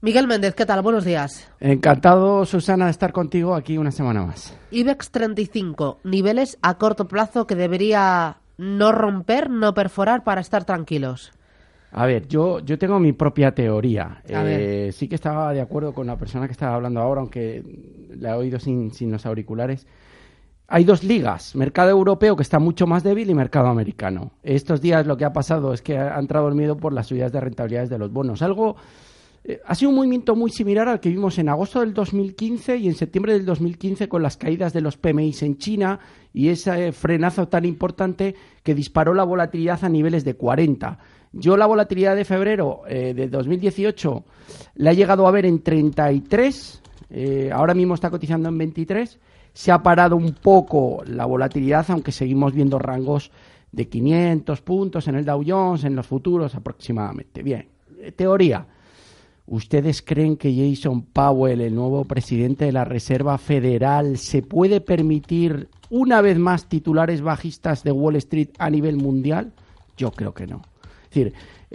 Miguel Méndez, ¿qué tal? Buenos días. Encantado, Susana, de estar contigo aquí una semana más. IBEX 35, niveles a corto plazo que debería no romper, no perforar para estar tranquilos. A ver, yo tengo mi propia teoría. A ver. Sí que estaba de acuerdo con la persona que estaba hablando ahora, aunque la he oído sin los auriculares. Hay dos ligas, mercado europeo que está mucho más débil y mercado americano. Estos días lo que ha pasado es que ha entrado el miedo por las subidas de rentabilidades de los bonos. Ha sido un movimiento muy similar al que vimos en agosto del 2015 y en septiembre del 2015 con las caídas de los PMIs en China y ese frenazo tan importante que disparó la volatilidad a niveles de 40. Yo la volatilidad de febrero de 2018 la he llegado a ver en 33, ahora mismo está cotizando en 23. Se ha parado un poco la volatilidad, aunque seguimos viendo rangos de 500 puntos en el Dow Jones, en los futuros aproximadamente. Bien, teoría. ¿Ustedes creen que Jason Powell, el nuevo presidente de la Reserva Federal, se puede permitir una vez más titulares bajistas de Wall Street a nivel mundial? Yo creo que no. Es decir,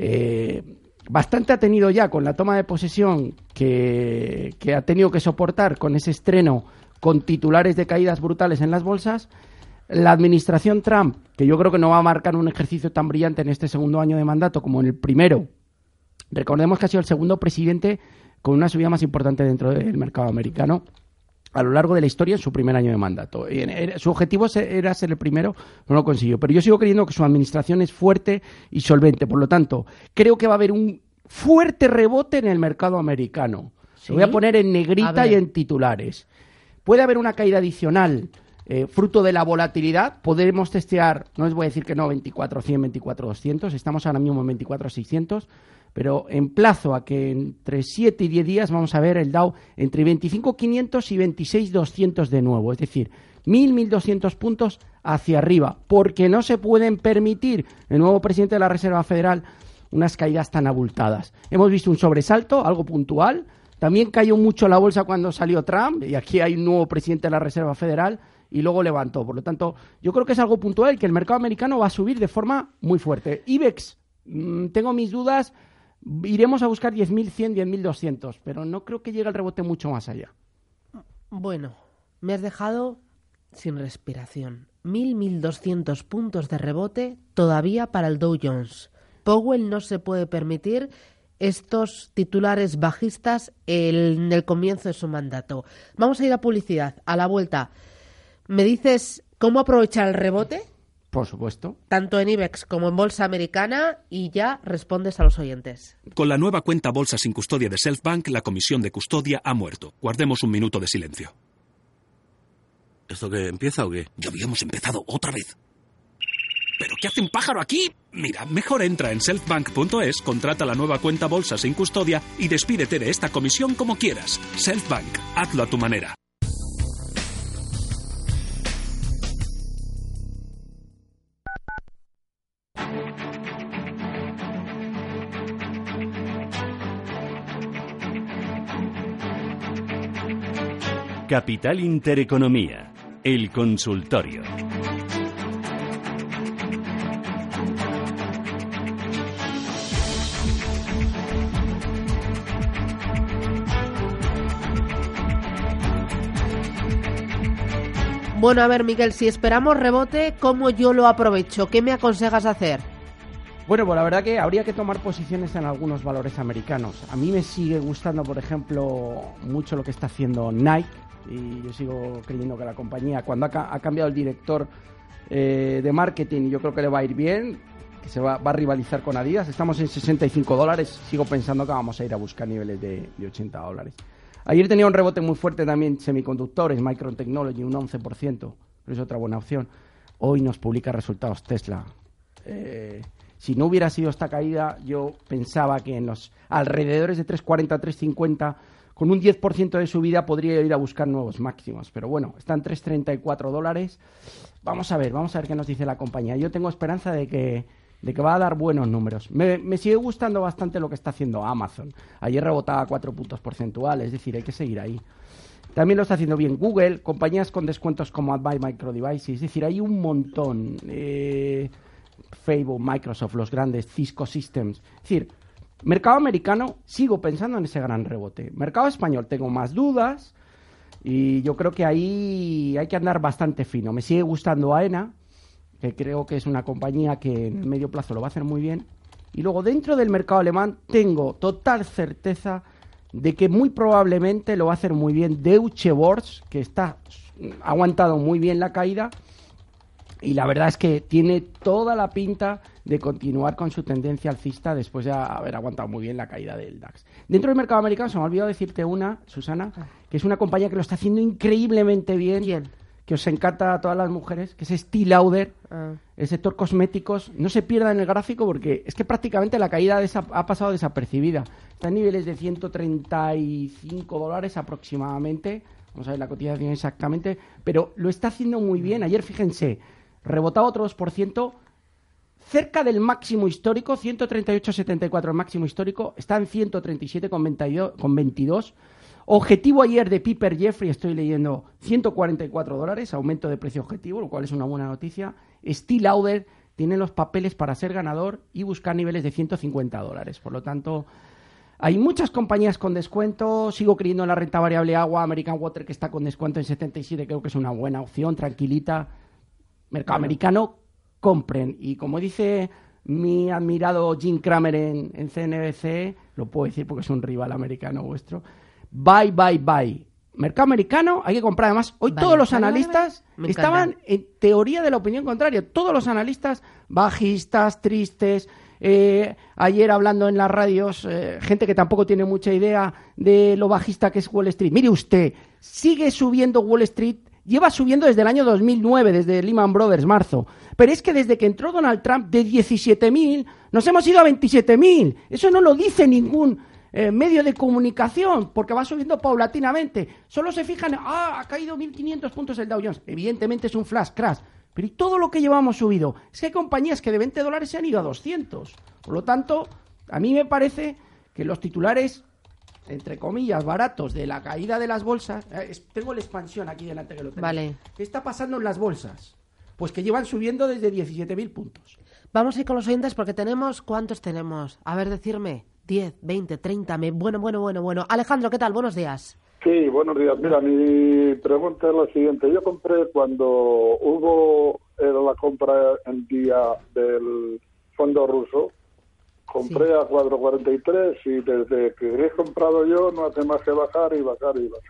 bastante ha tenido ya con la toma de posesión que ha tenido que soportar con ese estreno con titulares de caídas brutales en las bolsas. La administración Trump, que yo creo que no va a marcar un ejercicio tan brillante en este segundo año de mandato como en el primero. Recordemos que ha sido el segundo presidente con una subida más importante dentro del mercado americano a lo largo de la historia en su primer año de mandato. Su objetivo era ser el primero, no lo consiguió. Pero yo sigo creyendo que su administración es fuerte y solvente. Por lo tanto, creo que va a haber un fuerte rebote en el mercado americano. ¿Sí? Lo voy a poner en negrita y en titulares. Puede haber una caída adicional fruto de la volatilidad. Podemos testear, no les voy a decir que no, 24.100, 24.200. Estamos ahora mismo en 24.600. Pero emplazo a que entre 7 y 10 días vamos a ver el Dow entre 25.500 y 26.200 de nuevo. Es decir, 1.200 puntos hacia arriba. Porque no se pueden permitir el nuevo presidente de la Reserva Federal unas caídas tan abultadas. Hemos visto un sobresalto, algo puntual. También cayó mucho la bolsa cuando salió Trump. Y aquí hay un nuevo presidente de la Reserva Federal. Y luego levantó. Por lo tanto, yo creo que es algo puntual y que el mercado americano va a subir de forma muy fuerte. IBEX, tengo mis dudas. Iremos a buscar 10.100, 10.200, pero no creo que llegue el rebote mucho más allá. Bueno, me has dejado sin respiración. 1.200 puntos de rebote todavía para el Dow Jones. Powell no se puede permitir estos titulares bajistas en el comienzo de su mandato. Vamos a ir a publicidad. A la vuelta, ¿me dices cómo aprovechar el rebote? Por supuesto. Tanto en IBEX como en Bolsa Americana, y ya respondes a los oyentes. Con la nueva cuenta Bolsa sin custodia de Selfbank, la comisión de custodia ha muerto. Guardemos un minuto de silencio. ¿Esto qué empieza o qué? Ya habíamos empezado otra vez. ¿Pero qué hace un pájaro aquí? Mira, mejor entra en selfbank.es, contrata la nueva cuenta Bolsa sin custodia y despídete de esta comisión como quieras. Selfbank, hazlo a tu manera. Capital Intereconomía, el consultorio. Bueno, a ver, Miguel, si esperamos rebote, ¿cómo yo lo aprovecho? ¿Qué me aconsejas hacer? Bueno, pues la verdad que habría que tomar posiciones en algunos valores americanos. A mí me sigue gustando, por ejemplo, mucho lo que está haciendo Nike. Y yo sigo creyendo que la compañía, cuando ha cambiado el director de marketing, yo creo que le va a ir bien, que se va a rivalizar con Adidas. Estamos en $65, sigo pensando que vamos a ir a buscar niveles de $80. Ayer tenía un rebote muy fuerte también semiconductores, Micron Technology, un 11%, pero es otra buena opción. Hoy nos publica resultados Tesla. Si no hubiera sido esta caída, yo pensaba que en los alrededores de 3.40, 3.50, con un 10% de subida podría ir a buscar nuevos máximos. Pero bueno, están $3.34. Vamos a ver qué nos dice la compañía. Yo tengo esperanza de que va a dar buenos números. Me sigue gustando bastante lo que está haciendo Amazon. Ayer rebotaba 4 puntos porcentuales, es decir, hay que seguir ahí. También lo está haciendo bien Google, compañías con descuentos como Advance Micro Devices, es decir, hay un montón. Facebook, Microsoft, los grandes, Cisco Systems. Es decir, Mercado americano, sigo pensando en ese gran rebote. Mercado español, tengo más dudas y yo creo que ahí hay que andar bastante fino. Me sigue gustando AENA, que creo que es una compañía que en el medio plazo lo va a hacer muy bien. Y luego dentro del mercado alemán tengo total certeza de que muy probablemente lo va a hacer muy bien Deutsche Börse, que ha aguantado muy bien la caída y la verdad es que tiene toda la pinta de continuar con su tendencia alcista después de haber aguantado muy bien la caída del DAX. Dentro del mercado americano se me ha olvidado decirte una, Susana, que es una compañía que lo está haciendo increíblemente bien. ¿Quién? Que os encanta a todas las mujeres, que es Estée Lauder, el sector cosméticos. No se pierda en el gráfico porque es que prácticamente la caída ha pasado desapercibida. Está en niveles de $135 aproximadamente. Vamos a ver la cotización exactamente, pero lo está haciendo muy bien. Ayer, fíjense, rebotaba otro 2%, cerca del máximo histórico, 138,74 el máximo histórico, está en 137,22. Objetivo ayer de Piper Jeffrey, estoy leyendo, $144, aumento de precio objetivo, lo cual es una buena noticia. Estée Lauder tiene los papeles para ser ganador y buscar niveles de $150. Por lo tanto, hay muchas compañías con descuento. Sigo creyendo en la renta variable agua, American Water, que está con descuento en 77, creo que es una buena opción, tranquilita. Mercado americano, compren. Y como dice mi admirado Jim Cramer en CNBC, lo puedo decir porque es un rival americano vuestro, buy, buy, buy. Mercado americano, hay que comprar. Además, hoy todos los analistas estaban en teoría de la opinión contraria. Todos los analistas bajistas, tristes. Ayer hablando en las radios, gente que tampoco tiene mucha idea de lo bajista que es Wall Street. Mire usted, sigue subiendo Wall Street. Lleva subiendo desde el año 2009, desde Lehman Brothers, marzo. Pero es que desde que entró Donald Trump, de 17.000, nos hemos ido a 27.000. Eso no lo dice ningún medio de comunicación, porque va subiendo paulatinamente. Solo se fijan, ha caído 1.500 puntos el Dow Jones. Evidentemente es un flash crash. Pero ¿y todo lo que llevamos subido? Es que hay compañías que de $20 se han ido a 200. Por lo tanto, a mí me parece que los titulares, entre comillas, baratos de la caída de las bolsas. Tengo la expansión aquí delante que lo tengo. Vale. ¿Qué está pasando en las bolsas? Pues que llevan subiendo desde 17.000 puntos. Vamos a ir con los oyentes porque tenemos... ¿Cuántos tenemos? A ver, decirme. 10, 20, 30... Bueno. Alejandro, ¿qué tal? Buenos días. Sí, buenos días. Mira, mi pregunta es la siguiente. Yo compré cuando hubo la compra en día del fondo ruso. Compré a 4.43 y desde que he comprado yo no hace más que bajar y bajar.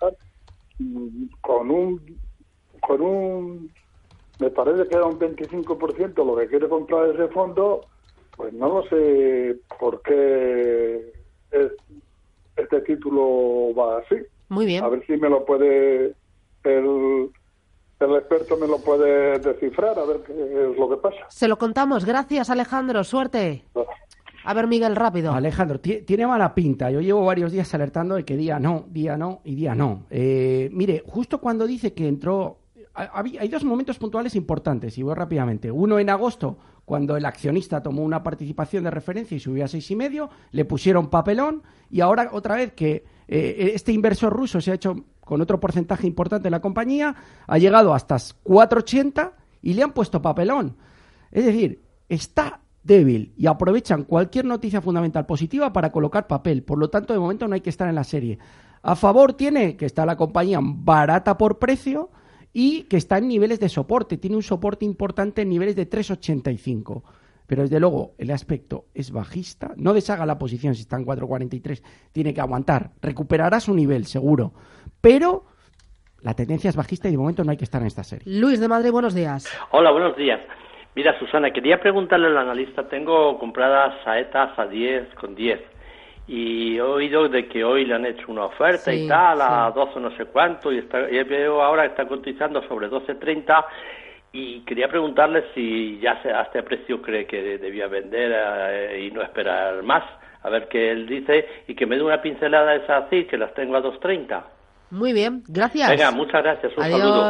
Con un me parece que era un 25% lo que quiere comprar ese fondo, pues no lo sé por qué este título va así. Muy bien. A ver si me lo puede el experto me lo puede descifrar, a ver qué es lo que pasa. Se lo contamos. Gracias, Alejandro. Suerte. A ver, Miguel, rápido. Alejandro, tiene mala pinta. Yo llevo varios días alertando de que día no. Mire, justo cuando dice que entró... Hay dos momentos puntuales importantes, y voy rápidamente. Uno en agosto, cuando el accionista tomó una participación de referencia y subió a 6,5, le pusieron papelón, y ahora otra vez que este inversor ruso se ha hecho con otro porcentaje importante de la compañía, ha llegado hasta 4,80 y le han puesto papelón. Es decir, está débil y aprovechan cualquier noticia fundamental positiva para colocar papel. Por lo tanto, de momento no hay que estar en la serie. A favor tiene que está la compañía barata por precio y que está en niveles de soporte. Tiene un soporte importante en niveles de 3,85. Pero desde luego el aspecto es bajista. No deshaga la posición si está en 4,43. Tiene que aguantar. Recuperará su nivel, seguro. Pero la tendencia es bajista y de momento no hay que estar en esta serie. Luis de Madrid, buenos días. Hola, buenos días. Mira, Susana, quería preguntarle al analista. Tengo compradas saetas a 10,10. Y he oído de que hoy le han hecho una oferta y tal, a 12 no sé cuánto, y veo ahora que está cotizando sobre 12,30, y quería preguntarle si ya a este precio cree que debía vender y no esperar más, a ver qué él dice, y que me dé una pincelada de esas así, que las tengo a 2,30. Muy bien, gracias. Venga, muchas gracias, un Adiós. saludo.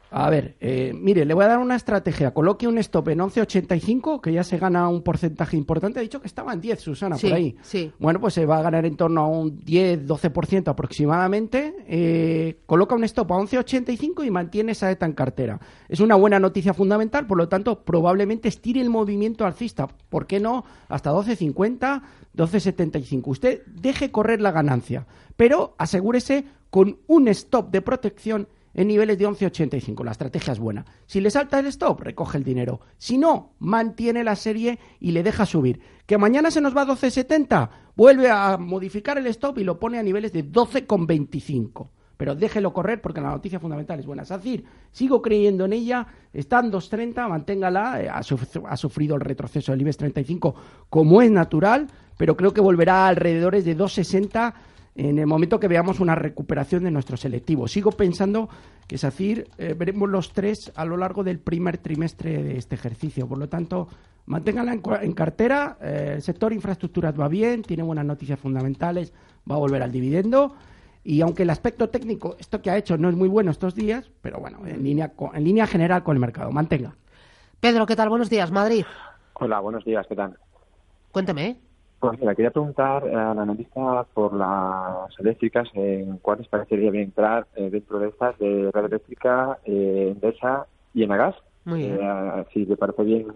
A ver, mire, le voy a dar una estrategia. Coloque un stop en 11.85, que ya se gana un porcentaje importante. Ha dicho que estaba en 10, Susana, Sí, por ahí. sí. Bueno, pues se va a ganar en torno a un 10-12% aproximadamente. Coloca un stop a 11.85 y mantiene esa ETA en cartera. Es una buena noticia fundamental, por lo tanto, probablemente estire el movimiento alcista. ¿Por qué no? Hasta 12.50, 12.75. Usted deje correr la ganancia, pero asegúrese con un stop de protección en niveles de 11.85. La estrategia es buena. Si le salta el stop, recoge el dinero. Si no, mantiene la serie y le deja subir. Que mañana se nos va a 12.70, vuelve a modificar el stop y lo pone a niveles de 12.25. Pero déjelo correr porque la noticia fundamental es buena. SACIR, sigo creyendo en ella, está en 2.30, manténgala. Ha sufrido el retroceso del IBEX 35 como es natural, pero creo que volverá a alrededores de 2.60 en el momento que veamos una recuperación de nuestro selectivo. Sigo pensando que SACIR veremos los 3 a lo largo del primer trimestre de este ejercicio. Por lo tanto, manténganla en cartera. El sector infraestructuras va bien, tiene buenas noticias fundamentales, va a volver al dividendo. Y aunque el aspecto técnico, esto que ha hecho no es muy bueno estos días, pero bueno, en línea general con el mercado. Mantenga. Pedro, ¿qué tal? Buenos días, Madrid. Hola, buenos días, ¿qué tal? Cuénteme. Pues mira, quería preguntar al analista por las eléctricas, en cuáles parecería bien entrar dentro de estas, de Red Eléctrica, Endesa y Enagas. Muy bien. Si le parece bien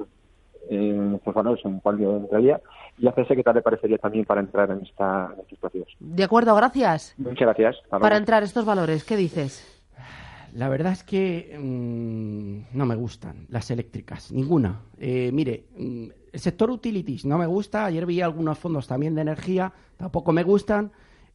estos valores, en cuál yo entraría. Y a CSE, ¿qué tal le parecería también para entrar en estos precios? De acuerdo, gracias. Muchas gracias. Para entrar estos valores, ¿qué dices? La verdad es que no me gustan las eléctricas, ninguna. Mire, el sector utilities no me gusta. Ayer vi algunos fondos también de energía, tampoco me gustan.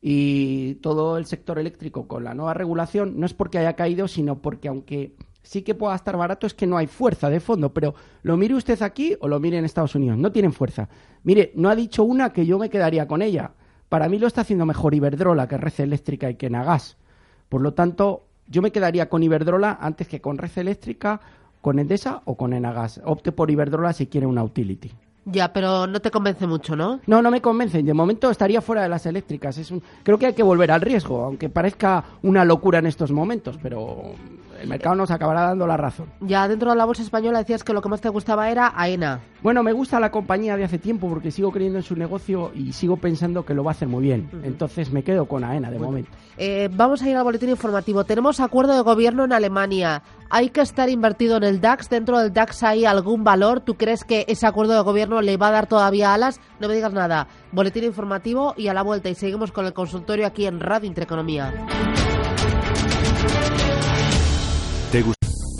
Y todo el sector eléctrico con la nueva regulación no es porque haya caído, sino porque aunque sí que pueda estar barato, es que no hay fuerza de fondo. Pero lo mire usted aquí o lo mire en Estados Unidos, no tienen fuerza. Mire, no ha dicho una que yo me quedaría con ella. Para mí lo está haciendo mejor Iberdrola que Red Eléctrica y que Enagas. Por lo tanto, yo me quedaría con Iberdrola antes que con Red Eléctrica, con Endesa o con Enagas. Opte por Iberdrola si quiere una utility. Ya, pero no te convence mucho, ¿no? No, no me convencen. De momento estaría fuera de las eléctricas. Creo que hay que volver al riesgo, aunque parezca una locura en estos momentos, pero el mercado nos acabará dando la razón. Ya dentro de la bolsa española decías que lo que más te gustaba era AENA. Bueno, me gusta la compañía de hace tiempo porque sigo creyendo en su negocio y sigo pensando que lo va a hacer muy bien. Entonces me quedo con AENA de momento. Vamos a ir al boletín informativo. Tenemos acuerdo de gobierno en Alemania. Hay que estar invertido en el DAX. Dentro del DAX hay algún valor. ¿Tú crees que ese acuerdo de gobierno le va a dar todavía alas? No me digas nada. Boletín informativo y a la vuelta. Y seguimos con el consultorio aquí en Radio Intereconomía. ¿Te gusta?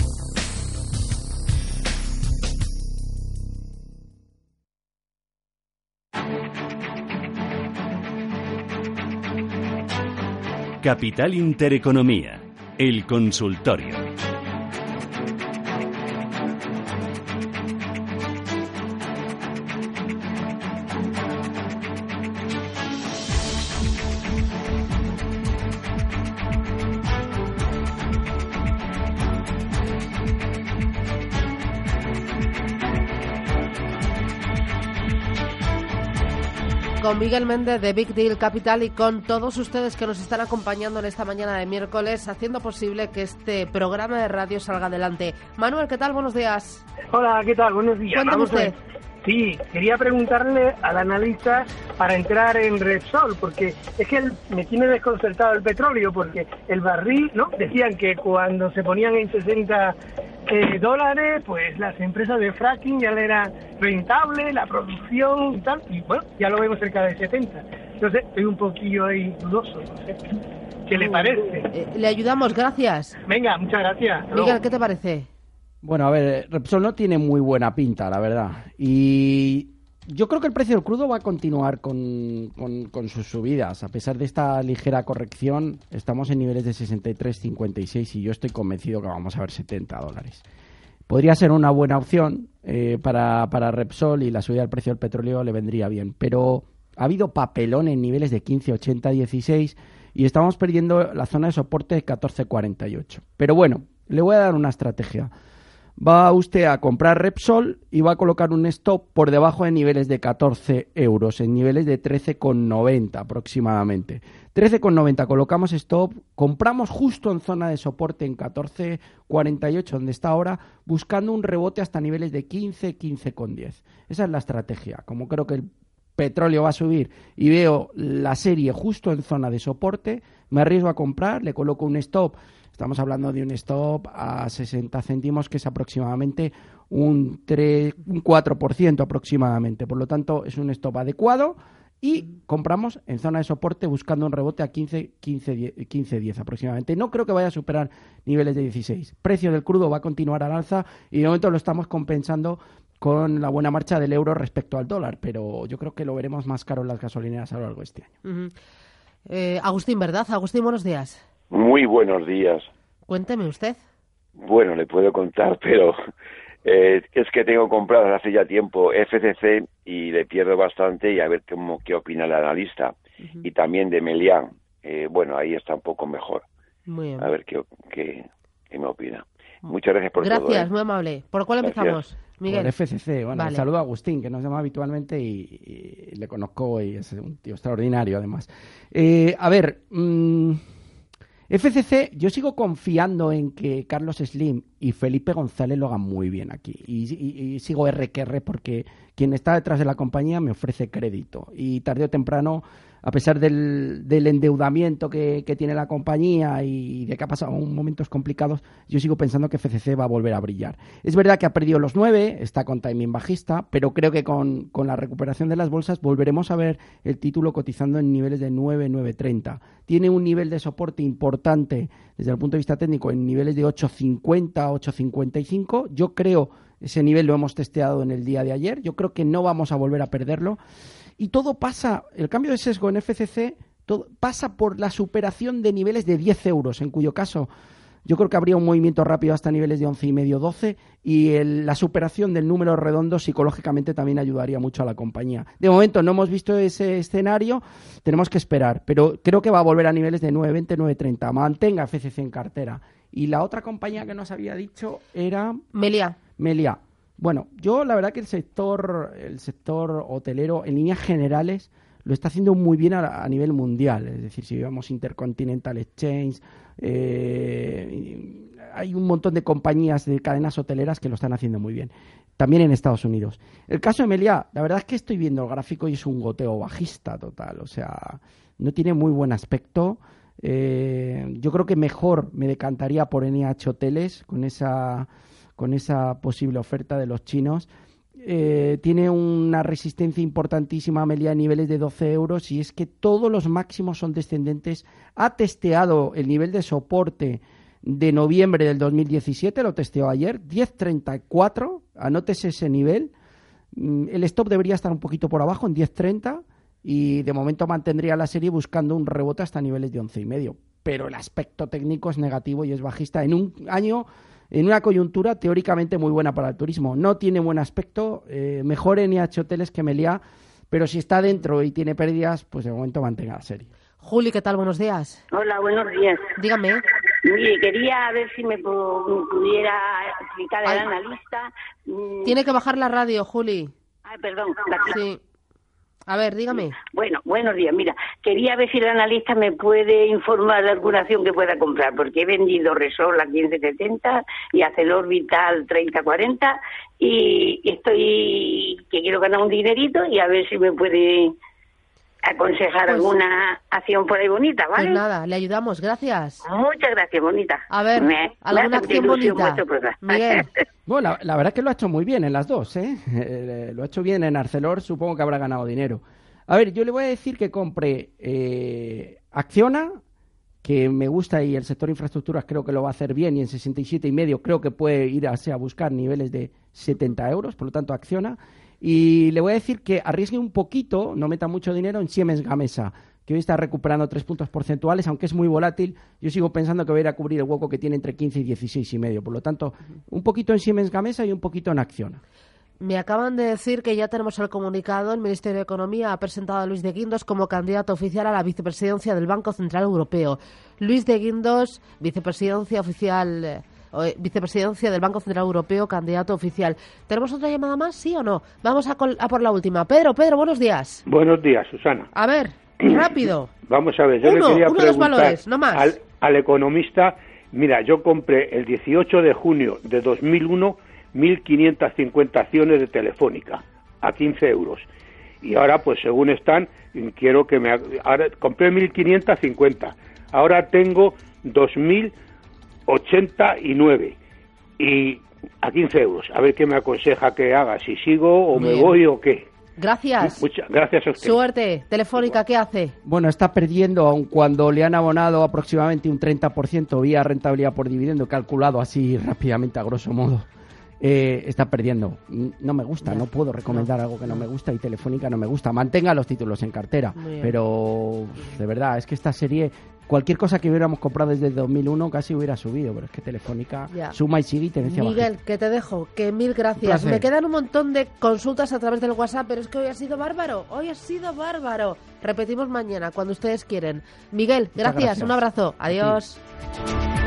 Capital Intereconomía, el consultorio. Con Miguel Méndez de Big Deal Capital y con todos ustedes que nos están acompañando en esta mañana de miércoles, haciendo posible que este programa de radio salga adelante. Manuel, ¿qué tal? Buenos días. Hola, ¿qué tal? Buenos días. Cuéntame usted. Sí, quería preguntarle al analista para entrar en Repsol, porque es que me tiene desconcertado el petróleo, porque el barril, ¿no? Decían que cuando se ponían en 60 dólares, pues las empresas de fracking ya le era rentable, la producción y tal, y bueno, ya lo vemos cerca de 70. Entonces, estoy un poquillo ahí dudoso, no sé. ¿Qué le parece? Le ayudamos, gracias. Venga, muchas gracias. Miguel, ¿qué te parece? Bueno, a ver, Repsol no tiene muy buena pinta, la verdad. Y yo creo que el precio del crudo va a continuar con sus subidas. A pesar de esta ligera corrección, estamos en niveles de 63,56 y yo estoy convencido que vamos a ver 70 dólares. Podría ser una buena opción para Repsol y la subida del precio del petróleo le vendría bien. Pero ha habido papelón en niveles de 15,80, 16 y estamos perdiendo la zona de soporte de 14,48. Pero bueno, le voy a dar una estrategia. va usted a comprar Repsol y va a colocar un stop por debajo de niveles de 14 euros, en niveles de 13,90 aproximadamente. 13,90 colocamos stop, compramos justo en zona de soporte en 14,48 donde está ahora, buscando un rebote hasta niveles de 15, 15,10. Esa es la estrategia. Como creo que el petróleo va a subir y veo la serie justo en zona de soporte, me arriesgo a comprar, le coloco un stop. Estamos hablando de un stop a 60 céntimos, que es aproximadamente un 4% aproximadamente. Por lo tanto, es un stop adecuado y compramos en zona de soporte buscando un rebote a 15-10 aproximadamente. No creo que vaya a superar niveles de 16. Precio del crudo va a continuar al alza y de momento lo estamos compensando con la buena marcha del euro respecto al dólar, pero yo creo que lo veremos más caro en las gasolineras a lo largo de este año. Agustín, ¿verdad? Agustín, buenos días. Muy buenos días. Cuénteme usted. Bueno, le puedo contar, pero es que tengo compradas hace ya tiempo FCC y le pierdo bastante, y a ver qué opina el analista. Y también de Meliá. Bueno, ahí está un poco mejor. Muy bien. A ver qué me opina. Muchas gracias por todo. Gracias, muy amable. ¿Por cuál empezamos, Miguel? Por FCC. Bueno, vale. Saludo a Agustín, que nos llama habitualmente y le conozco y es un tío extraordinario, además. A ver, FCC, yo sigo confiando en que Carlos Slim y Felipe González lo hagan muy bien aquí. Y sigo R porque quien está detrás de la compañía me ofrece crédito. Y tarde o temprano, a pesar del endeudamiento que tiene la compañía y de que ha pasado momentos complicados, yo sigo pensando que FCC va a volver a brillar. Es verdad que ha perdido los 9, está con timing bajista, pero creo que con la recuperación de las bolsas volveremos a ver el título cotizando en niveles de 9, 9.30. Tiene un nivel de soporte importante desde el punto de vista técnico en niveles de 8.50, 8.55. Yo creo, ese nivel lo hemos testeado en el día de ayer, yo creo que no vamos a volver a perderlo. Y todo pasa, el cambio de sesgo en FCC todo pasa por la superación de niveles de 10 euros, en cuyo caso yo creo que habría un movimiento rápido hasta niveles de 11,5, 12, y la superación del número redondo psicológicamente también ayudaría mucho a la compañía. De momento no hemos visto ese escenario, tenemos que esperar, pero creo que va a volver a niveles de 9,20, 9,30. Mantenga FCC en cartera. Y la otra compañía que nos había dicho era... Meliá. Bueno, yo la verdad que el sector hotelero en líneas generales lo está haciendo muy bien a nivel mundial. Es decir, si vemos Intercontinental Exchange, hay un montón de compañías de cadenas hoteleras que lo están haciendo muy bien. También en Estados Unidos. El caso de Meliá, la verdad es que estoy viendo el gráfico y es un goteo bajista total. O sea, no tiene muy buen aspecto. Yo creo que mejor me decantaría por NH Hoteles con esa posible oferta de los chinos. Tiene una resistencia importantísima Meliá a niveles de 12 euros, y es que todos los máximos son descendentes. Ha testeado el nivel de soporte de noviembre del 2017, lo testeó ayer, 10.34, anótese ese nivel. El stop debería estar un poquito por abajo, en 10.30, y de momento mantendría la serie buscando un rebote hasta niveles de 11,5. Pero el aspecto técnico es negativo y es bajista en un año, en una coyuntura teóricamente muy buena para el turismo. No tiene buen aspecto, mejor NH Hoteles que Meliá, pero si está dentro y tiene pérdidas, pues de momento mantenga la serie. Juli, ¿qué tal? Buenos días. Hola, buenos días. Dígame. Mire, quería ver si me pudiera explicar el analista. Tiene que bajar la radio, Juli. Ay, perdón. Sí. A ver, dígame. Bueno, buenos días. Mira, quería ver si el analista me puede informar de alguna acción que pueda comprar, porque he vendido Repsol a 15.70 y ArcelorMittal 30.40 y que quiero ganar un dinerito y a ver si me puede aconsejar alguna acción por ahí bonita, ¿vale? Pues nada, le ayudamos, gracias. Muchas gracias, bonita. A ver, ¿alguna acción bonita? Miguel. Bueno, la verdad es que lo ha hecho muy bien en las dos, ¿eh? Lo ha hecho bien en Arcelor, supongo que habrá ganado dinero. A ver, yo le voy a decir que compre Acciona, que me gusta, y el sector infraestructuras creo que lo va a hacer bien, y en 67,5 creo que puede ir a buscar niveles de 70 euros, por lo tanto Acciona. Y le voy a decir que arriesgue un poquito, no meta mucho dinero en Siemens Gamesa, que hoy está recuperando 3 puntos porcentuales, aunque es muy volátil. Yo sigo pensando que va a ir a cubrir el hueco que tiene entre 15 y 16,5. Por lo tanto, un poquito en Siemens Gamesa y un poquito en Acciona. Me acaban de decir que ya tenemos el comunicado. El Ministerio de Economía ha presentado a Luis de Guindos como candidato oficial a la vicepresidencia del Banco Central Europeo. Luis de Guindos, vicepresidencia vicepresidencia del Banco Central Europeo, candidato oficial. ¿Tenemos otra llamada más, sí o no? Vamos a por la última. Pedro, buenos días. Buenos días, Susana. A ver, rápido. Vamos a ver, yo le quería preguntar los valores, no más. Al economista, mira, yo compré el 18 de junio de 2001 1.550 acciones de Telefónica a 15 euros. Y ahora, pues según están, quiero que ahora compré 1.550, ahora tengo 2.089 y a 15 euros. A ver qué me aconseja que haga, si sigo o me voy o qué. Gracias. Muchas gracias a usted. Suerte. Telefónica, ¿qué hace? Bueno, está perdiendo, aun cuando le han abonado aproximadamente un 30% vía rentabilidad por dividendo, calculado así rápidamente a grosso modo. Está perdiendo. No me gusta, no puedo recomendar algo que no me gusta, y Telefónica no me gusta. Mantenga los títulos en cartera, pero de verdad, es que esta serie, cualquier cosa que hubiéramos comprado desde 2001 casi hubiera subido, pero es que Telefónica suma y sigue y tendencia Miguel, bajista. que te dejo, que mil gracias. Me quedan un montón de consultas a través del WhatsApp, pero es que hoy ha sido bárbaro. Repetimos mañana, cuando ustedes quieren. Miguel, gracias. Un abrazo. Adiós.